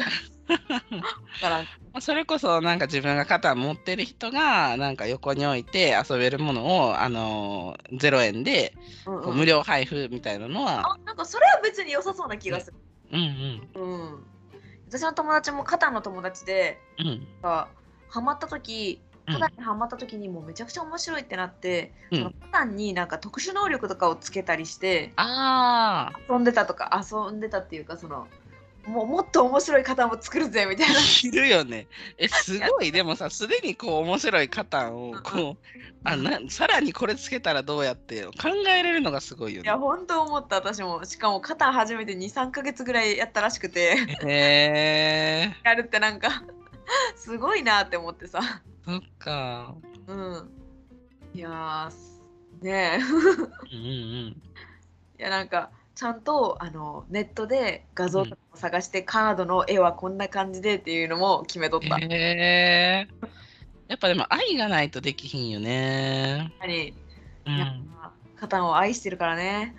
それこそなんか自分が肩持ってる人がなんか横に置いて遊べるものを0円でこう無料配布みたいなのは、
なんかそれは別に良さそうな気がする。私の友達も肩の友達で、ハマった時、肩にハマった時にもうめちゃくちゃ面白いってなって、その肩になんか特殊能力とかをつけたりして遊んでたっていうか、そのもっと面白いカタンを作るぜみたいな。
いるよね。すごい。でもさ、すでにこう面白いカタンをこうさらにこれつけたらどうやって考えれるのがすごいよね。
いや本当思った。私もしかもカタン初めて 2,3 ヶ月ぐらいやったらしくてやるってなんかすごいなって思ってさ。
そっか。
いやねえいやなんかちゃんとネットで画像とかを探して、カードの絵はこんな感じでっていうのも決めとった。
やっぱでも愛がないとできひんよね。
カタンを愛してるからね。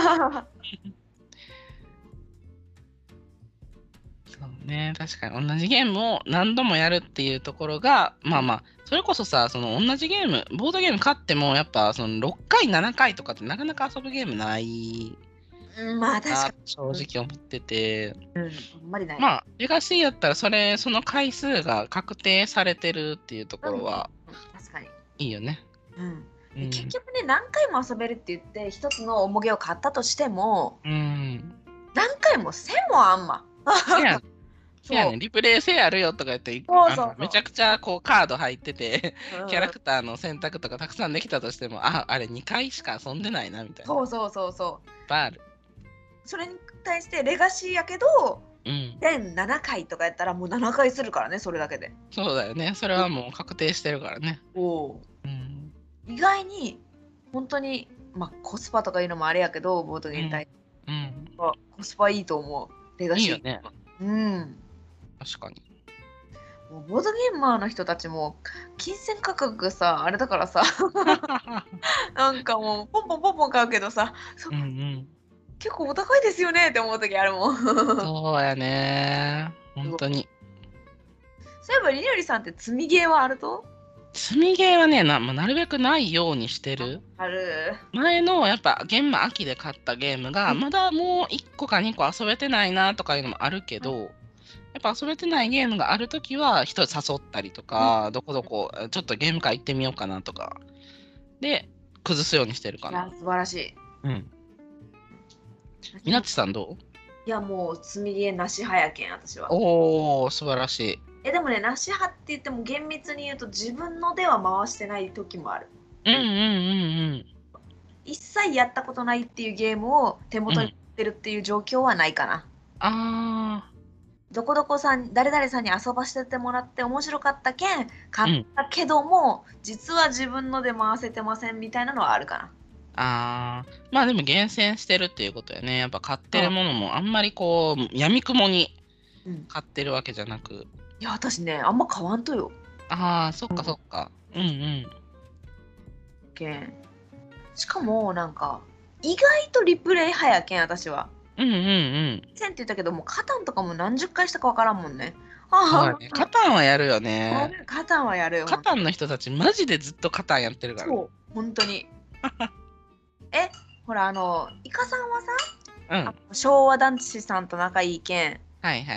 そうね、確かに同じゲームを何度もやるっていうところがそれこそさ、その同じゲームボードゲーム買ってもやっぱその6回7回とかってなかなか遊ぶゲームない
確かに
正直思ってて、
あんまりない。
レガシーやったらその回数が確定されてるっていうところは
確かに
いいよね。
結局ね、何回も遊べるって言って一つの重げを買ったとしても、何回もせんもあんま。
リプレイ性あるよとか言ってめちゃくちゃこうカード入っててキャラクターの選択とかたくさんできたとしても、あれ2回しか遊んでないなみたいな。バール
それに対してレガシーやけど、全7回とかやったらもう7回するからね、それだけで。
そうだよね、それはもう確定してるからね。
意外に本当にコスパとかいうのもあれやけど、ボードゲーム対コスパいいと思う。レガシー
いいよね。確かに。
もうボードゲーマーの人たちも金銭価格さあれだからさなんかもうポンポンポンポン買うけどさ、結構お高いですよねって思う時あるもん。
そうやね、本当に。
そういえばりのりさんって積みゲーはあると？
積みゲーはねなるべくないようにしてる。前のやっぱ現場秋で買ったゲームがまだもう1個か2個遊べてないなとかいうのもあるけど、やっぱ遊べてないゲームがあるときは人誘ったりとか、どこどこちょっとゲーム会行ってみようかなとかで崩すようにしてるかな。
いや素晴らしい。
みなっちさんどう？
いやもう積みゲーなし派やけん私は。
おお素晴らしい。
でもね、なし派って言っても厳密に言うと自分のでは回してない時もある。一切やったことないっていうゲームを手元に持ってるっていう状況はないかな。どこどこさん誰々さんに遊ばせてもらって面白かったけん買ったけども、実は自分ので回せてませんみたいなのはあるか
な。でも厳選してるっていうことやね。やっぱ買ってるものもあんまりこう闇雲に買ってるわけじゃなく。
いや私ねあんま買わんとよ。
そっかそっか。
しかもなんか意外とリプレイ派やけん私は。せんって言ったけどもカタンとかも何十回したかわからんもんね。
カタンはやるよね。
カタンはやるよ。
カタンの人たちマジでずっとカタンやってるから。
そう本当に。ほらイカさんはさ、昭和男子さんと仲いいけん、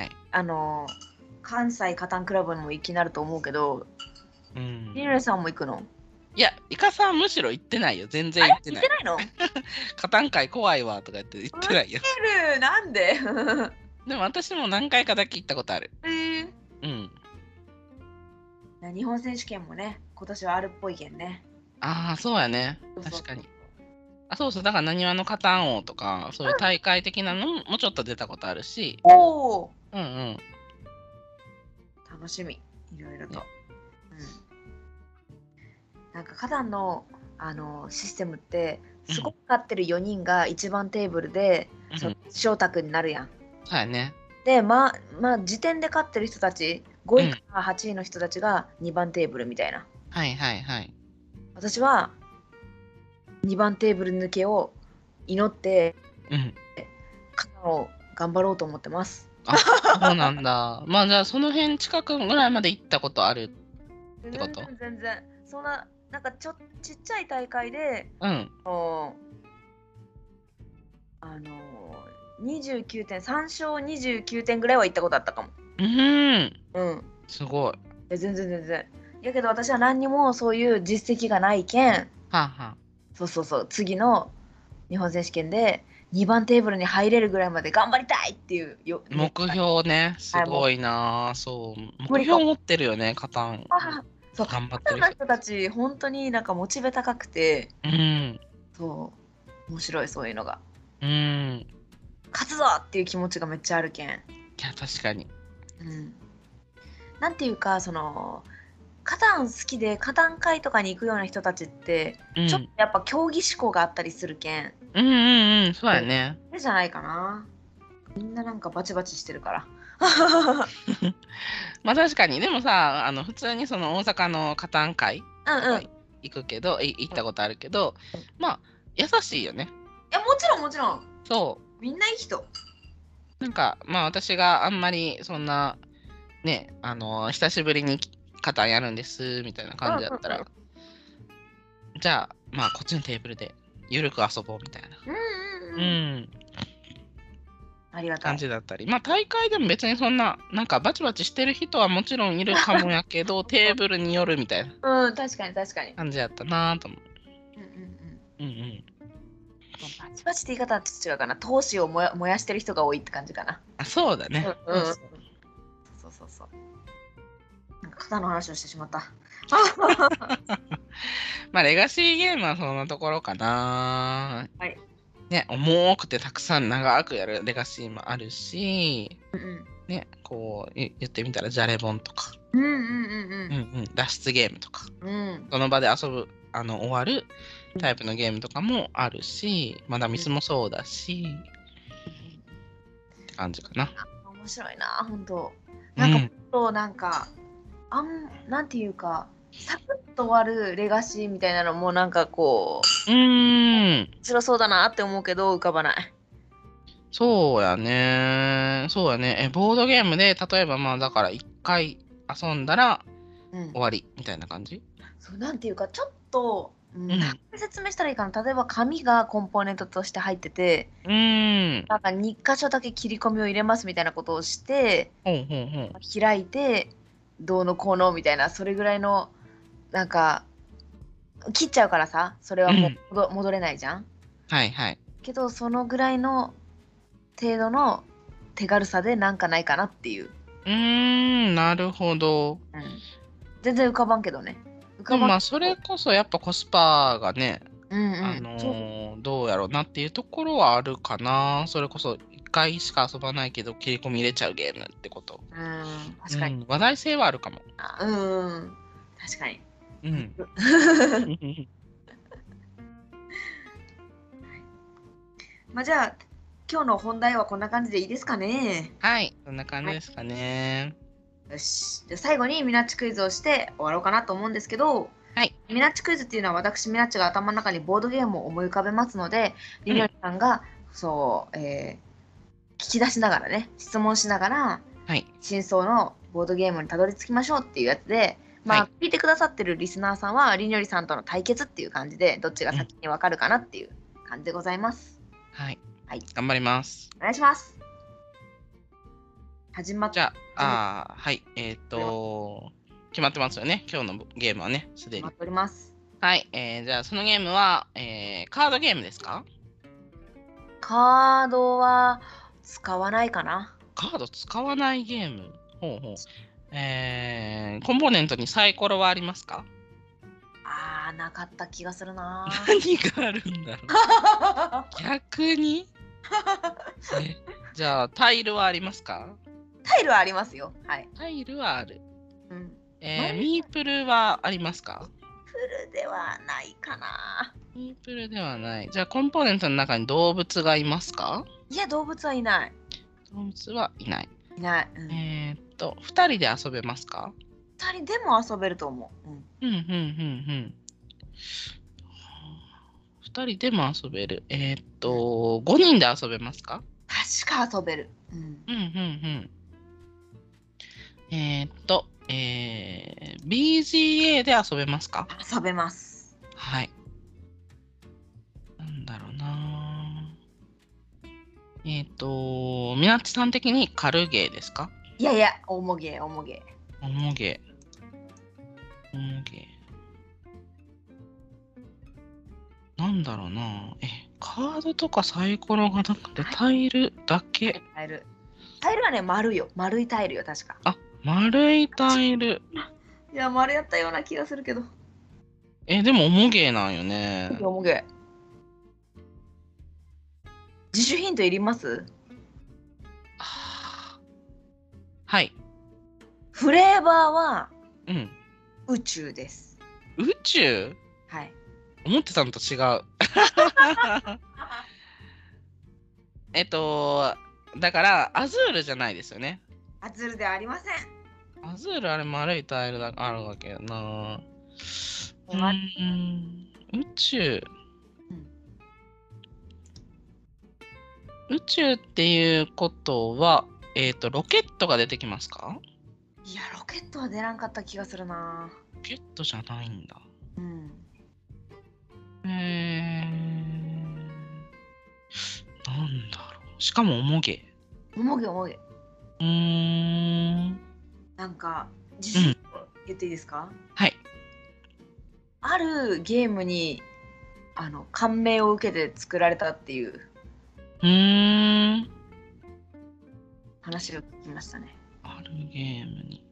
関西カタンクラブにも行きなると思うけど、りのりさんも行くの？
いや、イカさんむしろ行ってないよ。全然行ってない。
行ってないの？
カタン会怖いわとか言って行ってないよ。
なんで？
でも私も何回かだけ行ったことある。
日本選手権もね、今年はあるっぽいけんね。
ああ、そうやね。
そうそう
確かに。あ、そうそう。だから、なにわのカタン王とか、そういう大会的なのもちょっと出たことあるし。
おお、
うんうん。
楽しみ。いろいろと。
ね
なんか、カタンの、システムって、すご
うん
く勝ってる4人が1番テーブルで、
うん
その翔太君になるやん。
そうやね。
で、まあ、時点で勝ってる人たち、5位
うん。
から8位の人たちが2番テーブルみたいな。
はいはいはい。
私は2番テーブル抜けを祈って、
うん。
カタンを頑張ろうと思ってます。
あ、そうなんだ。まあじゃあその辺近くぐらいまで行ったことあるってこ
全
と？
然全然。そんな、なんかちっちゃい大会で、
うん。
あの29点、3勝29点ぐらいは行ったことあったかも。
うーん。
うん。
すごい。
全然全然。やけど私は何にもそういう実績がないけん、
はあはあ。
そうそうそう、次の日本選手権で2番テーブルに入れるぐらいまで頑張りたいっていう
目標ね、す
はい、もう
ごいな。そう。目
無理かも。
標持ってるよね、カタン。
そう、
頑張ってる人。
パターンの人たち、本当になんかモチベ高くて、
うん。
そう、面白い、そういうのが。
うん。
勝つぞっていう気持ちがめっちゃあるけん。
いや、確かに。
うん。なんていうか、カタン好きで、カタン会とかに行くような人たちって、ちょっと
うん。
やっぱ競技志向があったりするけん、
うんうんうん、そうやね。
それじゃないかな。みんななんかバチバチしてるから。
まあ確かに、でもさ、普通にその大阪のカタン会
うん
とか
うん。
行くけど、行ったことあるけど、まあ、優しいよね。
いや、もちろんもちろん。
そ
みんないい人。
う。なんか、まあ私があんまりそんな、ね、久しぶりにカタンやるんです、みたいな感じだったら、じゃあ、まあこっちのテーブルでゆるく遊ぼうみたいな。う
うんうんうん。
ん。
ありがた
感
い。
じだったり、まあ大会でも別にそんな、なんかバチバチしてる人はもちろんいるかもやけど、テーブルによるみたいな
うん、確かに確かに。
感じやったなと思う。
うんうんうん。
うんうん。
バチバチって言い方はちょっと違うかな。闘志を燃やしてる人が多いって感じかな。
あ、そうだね。
うんうん。
そう
そうそうそう。なんか肩の話をしてしまった。
まあレガシーゲームはそんなところかな。
はい。
ね、重くてたくさん長くやるレガシーもあるし、
うんうん。
ね、こう言ってみたらじゃれ本とか、
うんうんうん
うんうん、脱出ゲームとか、
うん。うん。
その場で遊ぶ、終わるタイプのゲームとかもあるし、まだミスもそうだし、って感じかな。
面白いな、本当。なんか、
うん。
なんか、なんていうか、サクッと終わるレガシーみたいなのもなんかこう、面白そうだなって思うけど浮かばない。
そうやね。そうやね。ボードゲームで、例えばまあだから1回遊んだら終わりみたいな感じ？
そう、なんていうか、ちょっと、
うん
なんて説明したらいいかな。例えば紙がコンポーネントとして入ってて、なんか2箇所だけ切り込みを入れますみたいなことをして、
ほうほうほう。
開いて、どうのこうのみたいな、それぐらいの、なんか、切っちゃうからさ、それはもう戻れないじゃん。
はいはい。
けど、そのぐらいの程度の手軽さでなんかないかなっていう。
なるほど。
全然浮かばんけどね。
でもまあそれこそやっぱコスパがね、
そう
どうやろうなっていうところはあるかな。それこそ1回しか遊ばないけど切り込み入れちゃうゲームってこと。
確かに。
話題性はあるかも。
確かに。
うん。
まあじゃあ今日の本題はこんな感じでいいですかね。
はい、そんな感じですかね。
よし。じゃあ最後にミナッチクイズをして終わろうかなと思うんですけど、
はい。
ミナッチクイズっていうのは私ミナッチが頭の中にボードゲームを思い浮かべますので、りにょりさんが聞き出しながらね、質問しながら、
はい、
真相のボードゲームにたどり着きましょうっていうやつで、まあ、聞いてくださってるリスナーさんはりにょりさんとの対決っていう感じで、どっちが先にわかるかなっていう感じでございます。
はい。
はい。
頑張ります。
お願いします。始まっ
じゃあ、はい。決まってますよね。今日のゲームはね、すでに。
決まっております。
はい。じゃあ、そのゲームは、カードゲームですか？
カードは使わないかな。
カード使わないゲーム。ほうほう。コンポーネントにサイコロはありますか？
やー、なかった気がするな。
何があるんだろう。逆にじゃあ、タイルはありますか？
タイルはありますよ。はい。
タイルはある。
うん。
ミープルはありますか？
プルではないかな。
ミープルではない。じゃあ、コンポーネントの中に動物がいますか？
いや、動物はいない。
動物はいない。
いない。
2人で遊べますか
？2人でも遊べると思う。
2人でも遊べる。5人で遊べますか？
確か遊べる。
BGA で遊べますか？
遊べます。
はい。なんだろうな。みなっちさん的に軽ゲーですか？
いやいや、重ゲー。
重ゲー。なんだろうな。カードとかサイコロがなくてタイルだけ。
タイルはね、丸いタイルよ、確か。
あ、丸いタイル。
いや、丸やったような気がするけど。
でも重ゲーなんよね。
重ゲー。自主ヒントいります？
はい。
フレーバーは
宇
宙です。
宇宙？
はい。
思ってたのと違う。だからアズールじゃないですよね。
アズールではありません。
アズールあれ丸いタイルがあるわけやな。宇宙。宇宙っていうことは、ロケットが出てきますか？
いや、ロケットは出らんかった気がするな。
ロケットじゃないんだ。なんだろう。しかも重げ。
なんか、自信言っていいですか？
はい。
あるゲームに感銘を受けて作られたっていう話を聞きましたね。
あるゲームに。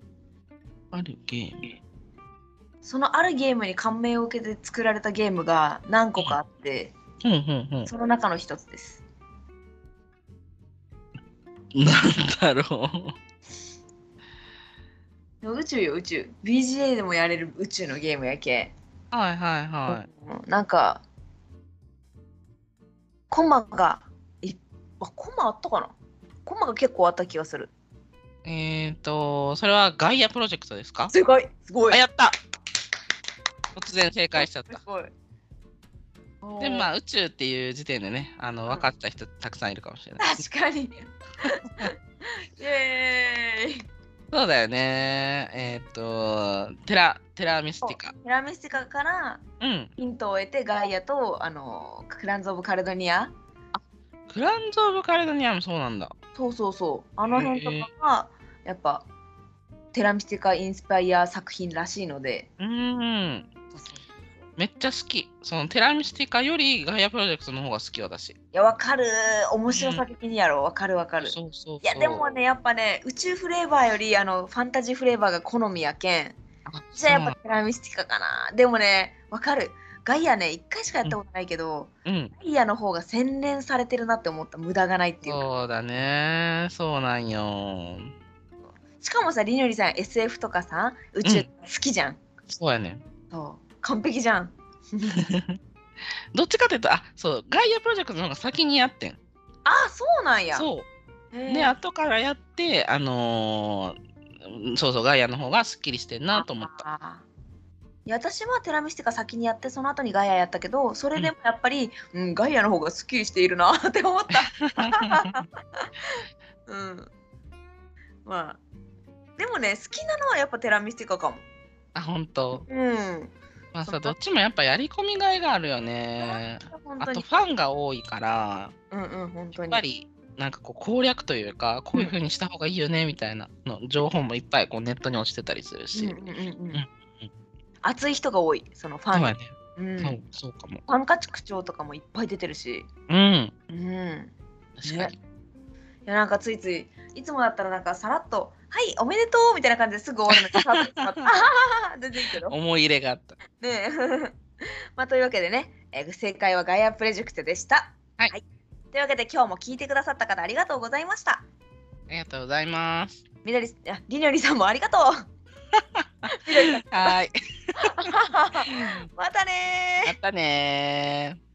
そのあるゲームに感銘を受けて作られたゲームが何個かあって、その中の一つです。
なんだろ
う。宇宙よ、宇宙。BGA でもやれる宇宙のゲームやけ。なんかコマがコマあったかな？コマが結構あった気がする。
それはガイアプロジェクトですか？
すごい。
あ、やった。突然正解しちゃった。でもまあ宇宙っていう時点でね、分かった人たくさんいるかもしれない。
確かに。イエーイ。
そうだよね。テラミスティカ。
テラミスティカからヒントを得てガイアとクランズ・オブ・カレドニア。
クランズ・オブ・カレドニアもそうなんだ。
そう。あの辺とかがやっぱテラミスティカインスパイア作品らしいので。
めっちゃ好き。そのテラミスティカよりガイアプロジェクトの方が好き私。
いや、わかる。面白さ的にやろ。わかる。
そう。
いや、でもね、やっぱね、宇宙フレーバーよりファンタジーフレーバーが好みやけん。じゃあやっぱテラミスティカかな。でもね、わかる。ガイアね、1回しかやったことないけど、ガイアの方が洗練されてるなって思った。無駄がないっていうか。
そうだね。そうなんよ。
しかもさ、りのりさん SF とかさ、宇宙好きじゃん。
そうやね。
そう。完璧じゃん。
どっちかっていうと、ガイアプロジェクトの方が先にやってん。
そうなんや。
そう。で、後からやって、そう、ガイアの方がすっきりしてんなと思った。
いや、私はテラミスティカ先にやって、その後にガイアやったけど、それでもやっぱり、ガイアの方がすっきりしているなって思った。まあ、でもね、好きなのはやっぱテラミスティカかも。
本当。まあさ、どっちもやっぱやり込みがいがあるよね。あとファンが多いから、
本当に。
やっぱりなんかこう攻略というか、こういう風にした方がいいよねみたいなの情報もいっぱいこうネットに落ちてたりするし。
熱い人が多い、そのファン。
そうかも。
ファン価値口調とかもいっぱい出てるし。
確かに。
いや、なんかついつい、いつもだったらなんかさらっと、はい、おめでとうみたいな感じですぐ終わるのに、全然いいけど。
思い入れがあった。
ねというわけでね、正解はガイアプロジェクトでした。
はい。
というわけで今日も聞いてくださった方ありがとうございました。
ありがとうございます。
りのりさんもありがとう。
はい。
またね
またね。